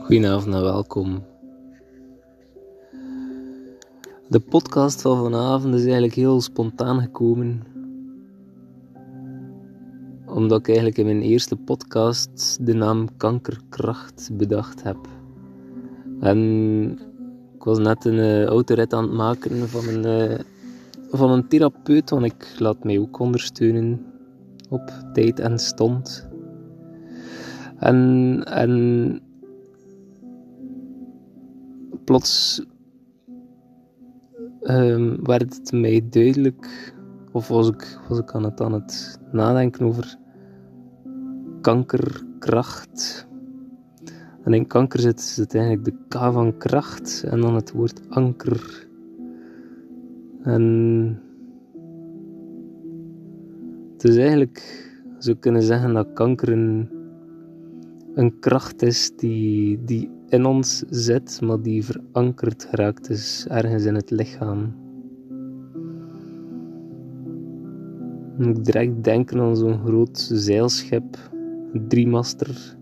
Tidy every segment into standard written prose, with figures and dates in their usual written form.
Goedenavond en welkom. De podcast van vanavond is eigenlijk heel spontaan gekomen. Omdat ik eigenlijk in mijn eerste podcast de naam Kankerkracht bedacht heb. En ik was net een autorit aan het maken van een therapeut, want ik laat mij ook ondersteunen op tijd en stond. En plots werd het mij duidelijk, of was ik aan het nadenken over kankerkracht. En in kanker zit eigenlijk de K van kracht en dan het woord anker. En het is eigenlijk, zou kunnen zeggen dat kanker een kracht is die in ons zit, maar die verankerd geraakt is ergens in het lichaam. Ik moet direct denken aan zo'n groot zeilschip, een 3-master,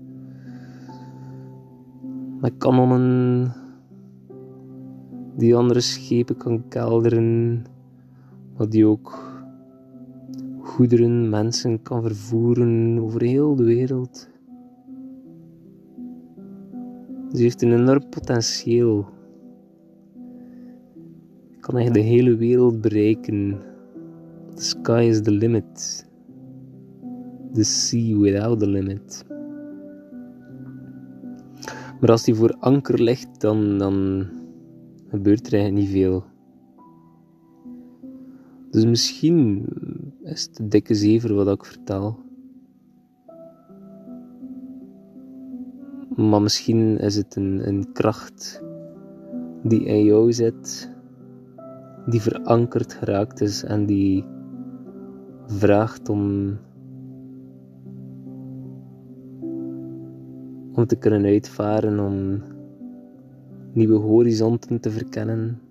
met kanonnen die andere schepen kan kelderen, maar die ook goederen, mensen kan vervoeren over heel de wereld. Ze heeft een enorm potentieel. Je kan echt de hele wereld bereiken. The sky is the limit. The sea without the limit. Maar als die voor anker ligt, dan gebeurt er eigenlijk niet veel. Dus misschien is het de dikke zever wat ik vertel. Maar misschien is het een kracht die in jou zit, die verankerd geraakt is en die vraagt om te kunnen uitvaren, om nieuwe horizonten te verkennen,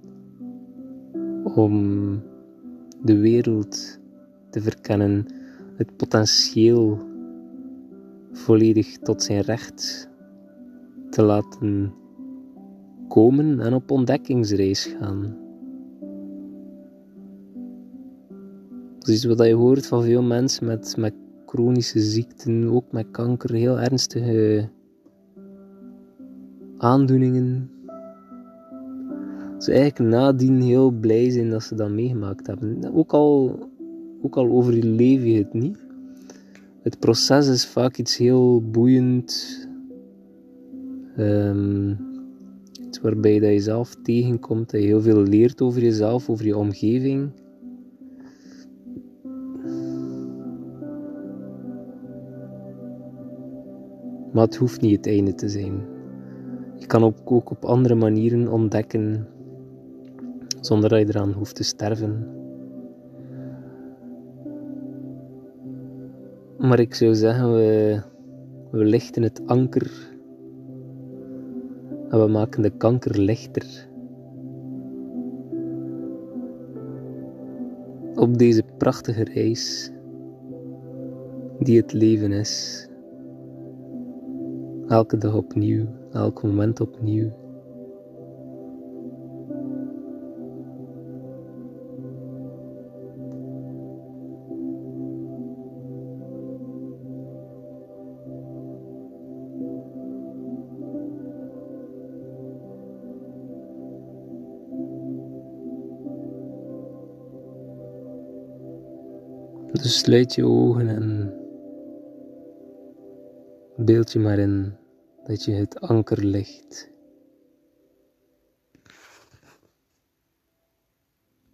om de wereld te verkennen, het potentieel volledig tot zijn recht te laten komen en op ontdekkingsreis gaan. Dat is iets wat je hoort van veel mensen met chronische ziekten, ook met kanker, heel ernstige aandoeningen. Ze eigenlijk nadien heel blij zijn dat ze dat meegemaakt hebben. Ook al overleef je het niet. Het proces is vaak iets heel boeiend. Iets waarbij je jezelf tegenkomt, dat je heel veel leert over jezelf, over je omgeving. Maar het hoeft niet het einde te zijn. Je kan ook op andere manieren ontdekken, zonder dat je eraan hoeft te sterven. Maar ik zou zeggen, we lichten het anker en we maken de kanker lichter. Op deze prachtige reis die het leven is. Elke dag opnieuw, elk moment opnieuw. Dus sluit je ogen en beeld je maar in dat je het anker ligt.